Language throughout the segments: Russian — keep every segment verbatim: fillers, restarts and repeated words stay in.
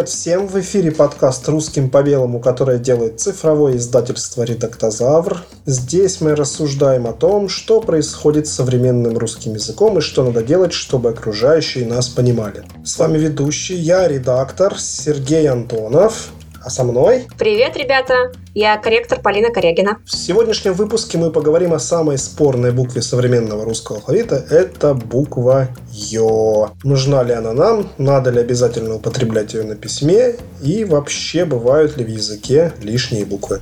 Привет всем! В эфире подкаст «Русским по белому», который делает цифровое издательство «Редактозавр». Здесь мы рассуждаем о том, что происходит с современным русским языком и что надо делать, чтобы окружающие нас понимали. С вами ведущий, я редактор Сергей Антонов. А со мной... Привет, ребята! Я корректор Полина Корягина. В сегодняшнем выпуске мы поговорим о самой спорной букве современного русского алфавита. Это буква Ё. Нужна ли она нам? Надо ли обязательно употреблять ее на письме? И вообще, бывают ли в языке лишние буквы?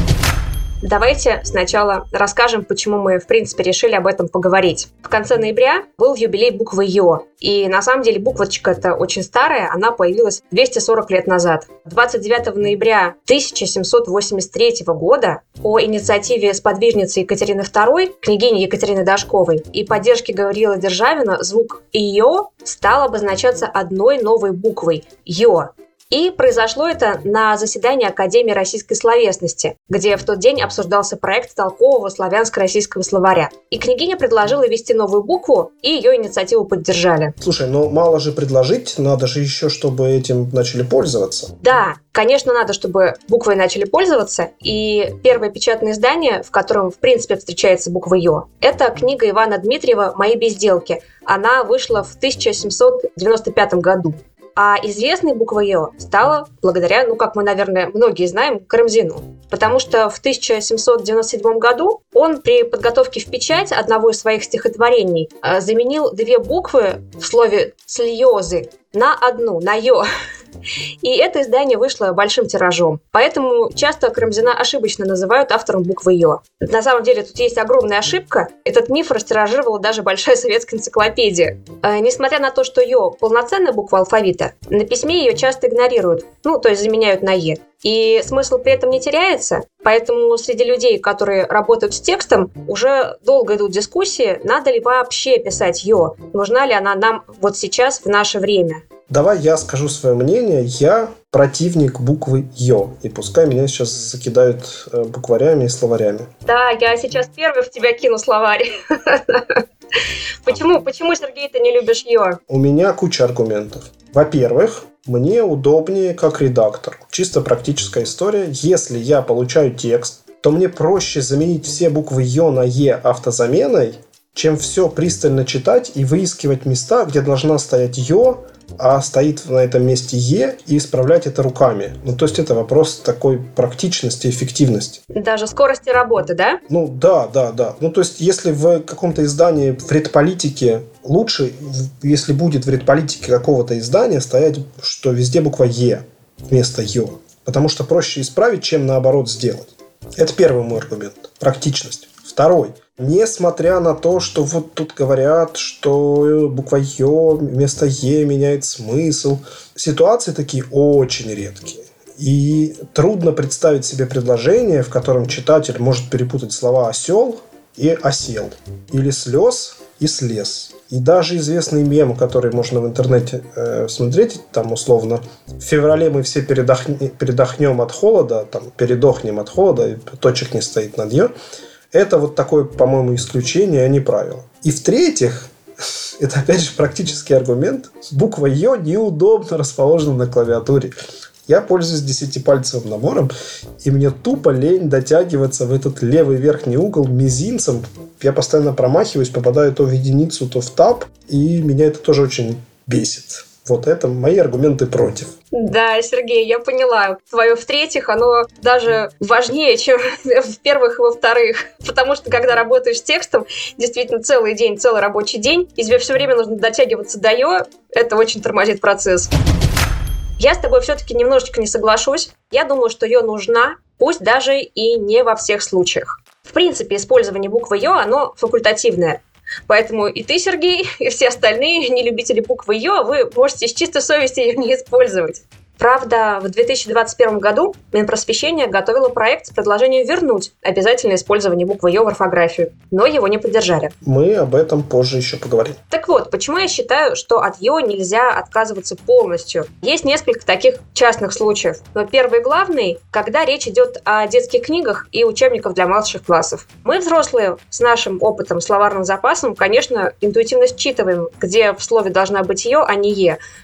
Давайте сначала расскажем, почему мы, в принципе, решили об этом поговорить. В конце ноября был юбилей буквы Ё. И на самом деле буквочка-то очень старая, она появилась двести сорок лет назад. двадцать девятого ноября тысяча семьсот восемьдесят третьего года по инициативе сподвижницы Екатерины второй, княгини Екатерины Дашковой, и поддержки Гавриила Державина звук Ё стал обозначаться одной новой буквой – Ё. И произошло это на заседании Академии российской словесности, где в тот день обсуждался проект толкового славянско-российского словаря. И княгиня предложила ввести новую букву, и ее инициативу поддержали. Слушай, ну мало же предложить, надо же еще, чтобы этим начали пользоваться. Да, конечно, надо, чтобы буквой начали пользоваться. И первое печатное издание, в котором, в принципе, встречается буква Ё, это книга Ивана Дмитриева «Мои безделки». Она вышла в тысяча семьсот девяносто пятом году. А известной буквой Ё стала благодаря, ну, как мы, наверное, многие знаем, Карамзину. Потому что в тысяча семьсот девяносто седьмом году он при подготовке в печать одного из своих стихотворений заменил две буквы в слове «сльёзы» на одну, на Ё. И это издание вышло большим тиражом. Поэтому часто Карамзина ошибочно называют автором буквы Ё. На самом деле тут есть огромная ошибка. Этот миф растиражировала даже большая советская энциклопедия. Э, несмотря на то, что Ё полноценная буква алфавита, на письме ее часто игнорируют, ну, то есть заменяют на Е. И смысл при этом не теряется, поэтому среди людей, которые работают с текстом, уже долго идут дискуссии, надо ли вообще писать Ё, нужна ли она нам вот сейчас в наше время. Давай я скажу свое мнение. Я противник буквы Ё. И пускай меня сейчас закидают букварями и словарями. Да, я сейчас первый в тебя кину словарь. Почему, почему, Сергей, ты не любишь Ё? У меня куча аргументов. Во-первых, мне удобнее как редактор. Чисто практическая история. Если я получаю текст, то мне проще заменить все буквы Ё на Е автозаменой, чем все пристально читать и выискивать места, где должна стоять Ё, а стоит на этом месте Е, и исправлять это руками. Ну, то есть это вопрос такой практичности, эффективности. Даже скорости работы, да? Ну, да, да, да. Ну, то есть если в каком-то издании в редполитике лучше, если будет в редполитике какого-то издания стоять, что везде буква Е вместо Ё. Потому что проще исправить, чем наоборот сделать. Это первый мой аргумент. Практичность. Второй. Несмотря на то, что вот тут говорят, что буква Ё вместо Е меняет смысл, ситуации такие очень редкие. И трудно представить себе предложение, в котором читатель может перепутать слова «осел» и «осел», или «слез» и «слез». И даже известный мем, который можно в интернете э, смотреть, там условно в феврале мы все передохне, передохнем от холода, там передохнем от холода, и точек не стоит над «ё». Это вот такое, по-моему, исключение, а не правило. И в-третьих, это опять же практический аргумент, буква Ё неудобно расположена на клавиатуре. Я пользуюсь десятипальцевым набором, и мне тупо лень дотягиваться в этот левый верхний угол мизинцем. Я постоянно промахиваюсь, попадаю то в единицу, то в таб, и меня это тоже очень бесит. Вот это мои аргументы против. Да, Сергей, я поняла. Твое в-третьих, оно даже важнее, чем в-первых и во-вторых. Потому что, когда работаешь с текстом, действительно целый день, целый рабочий день, и тебе все время нужно дотягиваться до Ё, это очень тормозит процесс. Я с тобой все-таки немножечко не соглашусь. Я думаю, что Ё нужна, пусть даже и не во всех случаях. В принципе, использование буквы Ё, оно факультативное. Поэтому и ты, Сергей, и все остальные нелюбители буквы Ё, вы можете с чистой совестью ее не использовать. Правда, в две тысячи двадцать первом году Минпросвещение готовило проект с предложением вернуть обязательное использование буквы Ё в орфографию, но его не поддержали. Мы об этом позже еще поговорим. Так вот, почему я считаю, что от Ё нельзя отказываться полностью? Есть несколько таких частных случаев. Но первый и главный, когда речь идет о детских книгах и учебниках для младших классов. Мы, взрослые, с нашим опытом, словарным запасом, конечно, интуитивно считываем, где в слове должна быть Ё, а не Е.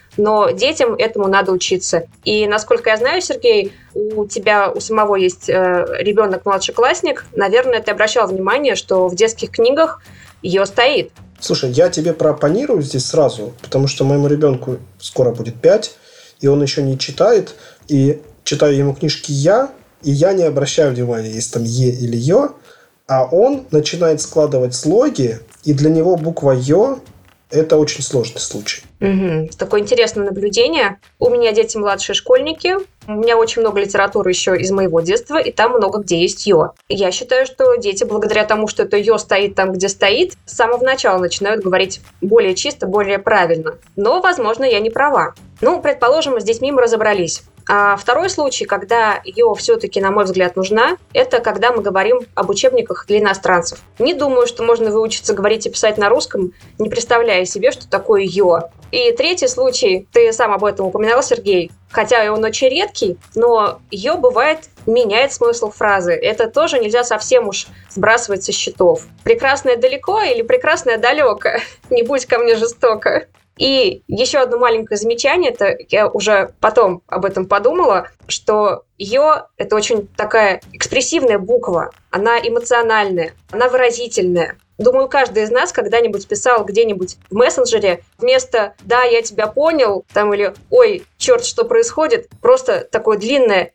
но детям этому надо учиться. И, насколько я знаю, Сергей, у тебя у самого есть э, ребенок-младшеклассник. Наверное, ты обращал внимание, что в детских книгах «ё» стоит. Слушай, я тебе проопонирую здесь сразу, потому что моему ребенку скоро будет пять, и он еще не читает, и читаю ему книжки я, и я не обращаю внимания, есть там «е» или «ё», а он начинает складывать слоги, и для него буква «ё» – это очень сложный случай. Угу. Такое интересное наблюдение. У меня дети младшие школьники, у меня очень много литературы еще из моего детства, и там много где есть «ё». Я считаю, что дети, благодаря тому, что это «ё» стоит там, где стоит, с самого начала начинают говорить более чисто, более правильно. Но, возможно, я не права. Ну, предположим, с детьми мы разобрались. А второй случай, когда «ё» все-таки, на мой взгляд, нужна, это когда мы говорим об учебниках для иностранцев. Не думаю, что можно выучиться говорить и писать на русском, не представляя себе, что такое «ё». И третий случай, ты сам об этом упоминал, Сергей, хотя он очень редкий, но «ё» бывает меняет смысл фразы. Это тоже нельзя совсем уж сбрасывать со счетов. «Прекрасное далеко» или «прекрасное далеко», не будь ко мне жестоко. И еще одно маленькое замечание, это я уже потом об этом подумала, что «ё» — это очень такая экспрессивная буква, она эмоциональная, она выразительная. Думаю, каждый из нас когда-нибудь писал где-нибудь в мессенджере вместо «да, я тебя понял» там или «ой, черт, что происходит», просто такое длинное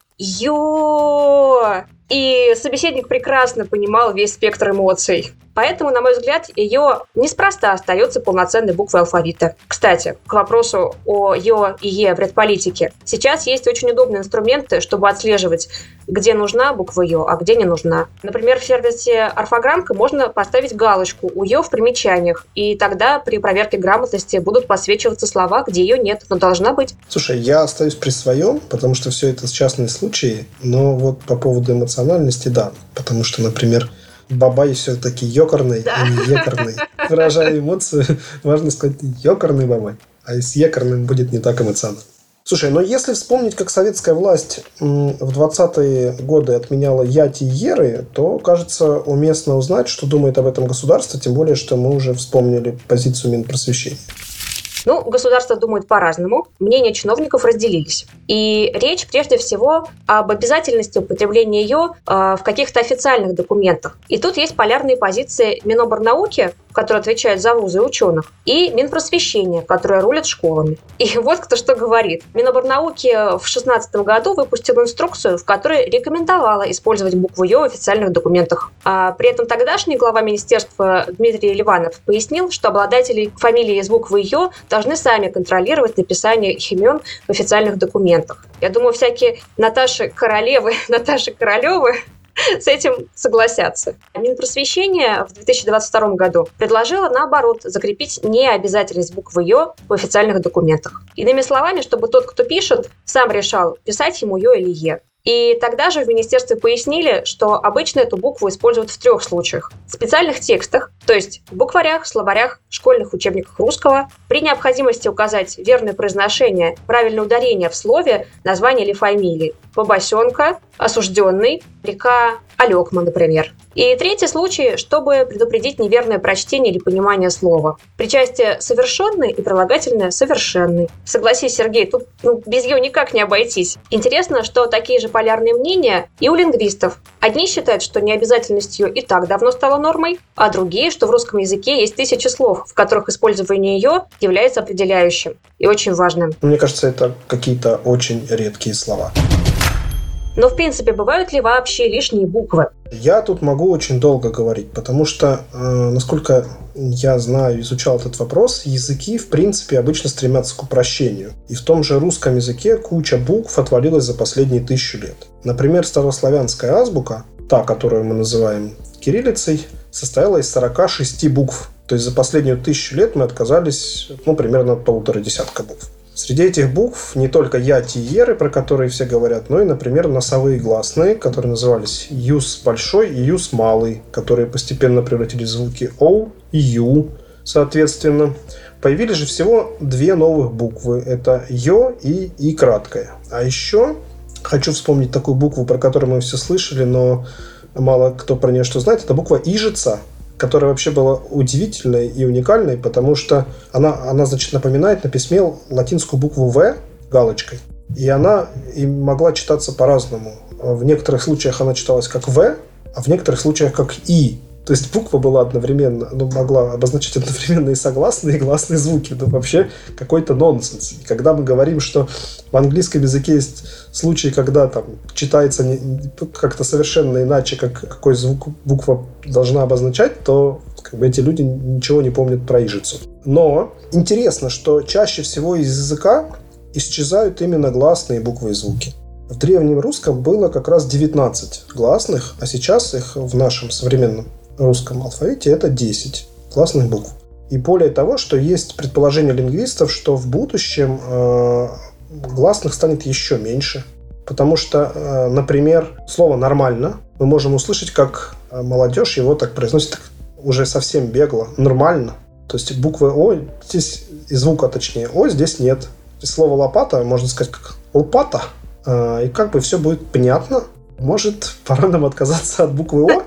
«ё». И собеседник прекрасно понимал весь спектр эмоций. Поэтому, на мой взгляд, «ё» неспроста остается полноценной буквой алфавита. Кстати, к вопросу о «ё» и «е» в редполитике. Сейчас есть очень удобные инструменты, чтобы отслеживать, где нужна буква «ё», а где не нужна. Например, в сервисе «Орфограммка» можно поставить галочку у «ё» в примечаниях, и тогда при проверке грамотности будут подсвечиваться слова, где «ё» нет, но должна быть. Слушай, я остаюсь при своем, потому что все это частные случаи, но вот по поводу эмоциональности, да. Потому что, например, Бабай все-таки ёкарный, да, а не екарный. Выражая эмоцию, важно сказать ёкарный бабай. А с екарным будет не так эмоционально. Слушай, но если вспомнить, как советская власть в двадцатые годы отменяла яти и еры, то, кажется, уместно узнать, что думает об этом государство, тем более, что мы уже вспомнили позицию Минпросвещения. Ну, государство думает по-разному, мнения чиновников разделились. И речь прежде всего об обязательности употребления «ё» в каких-то официальных документах. И тут есть полярные позиции Миноборнауки, который отвечает за вузы и ученых, и Минпросвещения, которое рулит школами. И вот кто что говорит. Миноборнауки в две тысячи шестнадцатом году выпустил инструкцию, в которой рекомендовала использовать букву «ё» в официальных документах. А при этом тогдашний глава министерства Дмитрий Ливанов пояснил, что обладатели фамилии с буквой «ё» должны сами контролировать написание их имен в официальных документах. Я думаю, всякие Наташи Королевы, Наташи Королевы с этим согласятся. Минпросвещение в две тысячи двадцать втором году предложило, наоборот, закрепить необязательность буквы «ё» в официальных документах. Иными словами, чтобы тот, кто пишет, сам решал, писать ему «ё» или «е». И тогда же в министерстве пояснили, что обычно эту букву используют в трех случаях. В специальных текстах, то есть в букварях, словарях, школьных учебниках русского, при необходимости указать верное произношение, правильное ударение в слове, название или фамилии. Побосенка, осужденный, река Алекма, например. И третий случай, чтобы предупредить неверное прочтение или понимание слова. Причастие совершенный и прилагательное совершенный. Согласись, Сергей, тут ну, без «ё» никак не обойтись. Интересно, что такие же полярные мнения и у лингвистов. Одни считают, что необязательность «ё» и так давно стала нормой, а другие, что в русском языке есть тысячи слов, в которых использование «ё» является определяющим и очень важным. Мне кажется, это какие-то очень редкие слова. Но, в принципе, бывают ли вообще лишние буквы? Я тут могу очень долго говорить, потому что, э, насколько я знаю, изучал этот вопрос, языки, в принципе, обычно стремятся к упрощению. И в том же русском языке куча букв отвалилась за последние тысячу лет. Например, старославянская азбука, та, которую мы называем кириллицей, состояла из сорока шести букв. То есть за последнюю тысячу лет мы отказались, ну, примерно от полутора десятка букв. Среди этих букв не только яти и еры, про которые все говорят, но и, например, носовые гласные, которые назывались юс большой и юс малый, которые постепенно превратились в звуки оу и ю, соответственно. Появились же всего две новых буквы. Это ё и и краткое. А еще хочу вспомнить такую букву, про которую мы все слышали, но мало кто про нее что знает. Это буква ижица. которая вообще была удивительной и уникальной, потому что она, она значит, напоминает на письме латинскую букву «В» галочкой. И она и могла читаться по-разному. В некоторых случаях она читалась как «В», а в некоторых случаях как «И». То есть буква была одновременно, ну, могла обозначать одновременно и согласные, и гласные звуки. Ну, вообще какой-то нонсенс. И когда мы говорим, что в английском языке есть случаи, когда там читается не, как-то совершенно иначе, как какой звук буква должна обозначать, то как бы эти люди ничего не помнят про ижицу. Но интересно, что чаще всего из языка исчезают именно гласные буквы и звуки. В древнем русском было как раз девятнадцать гласных, а сейчас их в нашем современном русском алфавите это десять гласных букв. И более того, что есть предположение лингвистов, что в будущем э, гласных станет еще меньше. Потому что, э, например, слово «нормально» мы можем услышать, как молодежь его так произносит так, уже совсем бегло. Нормально. То есть буквы «о» здесь, и звука точнее «о» здесь нет. Слово «лопата» можно сказать как «лопата». Э, и как бы все будет понятно. Может, пора нам отказаться от буквы «о»?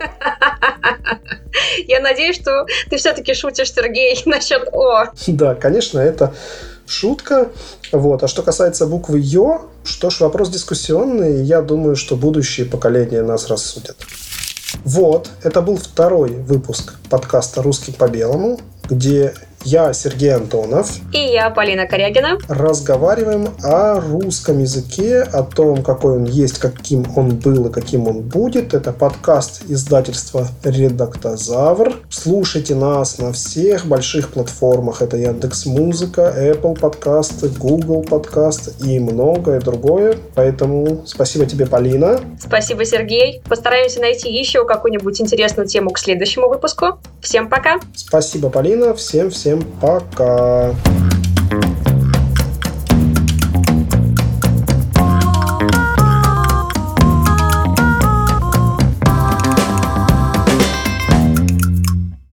Я надеюсь, что ты все-таки шутишь, Сергей, насчет «о». Да, конечно, это шутка. Вот. А что касается буквы «ё», что ж, вопрос дискуссионный. Я думаю, что будущие поколения нас рассудят. Вот, это был второй выпуск подкаста «Русский по белому», где я, Сергей Антонов, и я, Полина Корягина, разговариваем о русском языке, о том, какой он есть, каким он был и каким он будет. Это подкаст издательства «Редактозавр». Слушайте нас на всех больших платформах. Это Яндекс.Музыка, Apple подкасты, Google подкасты и многое другое. Поэтому спасибо тебе, Полина. Спасибо, Сергей. Постараемся найти еще какую-нибудь интересную тему к следующему выпуску. Всем пока. Спасибо, Полина. Всем-всем пока.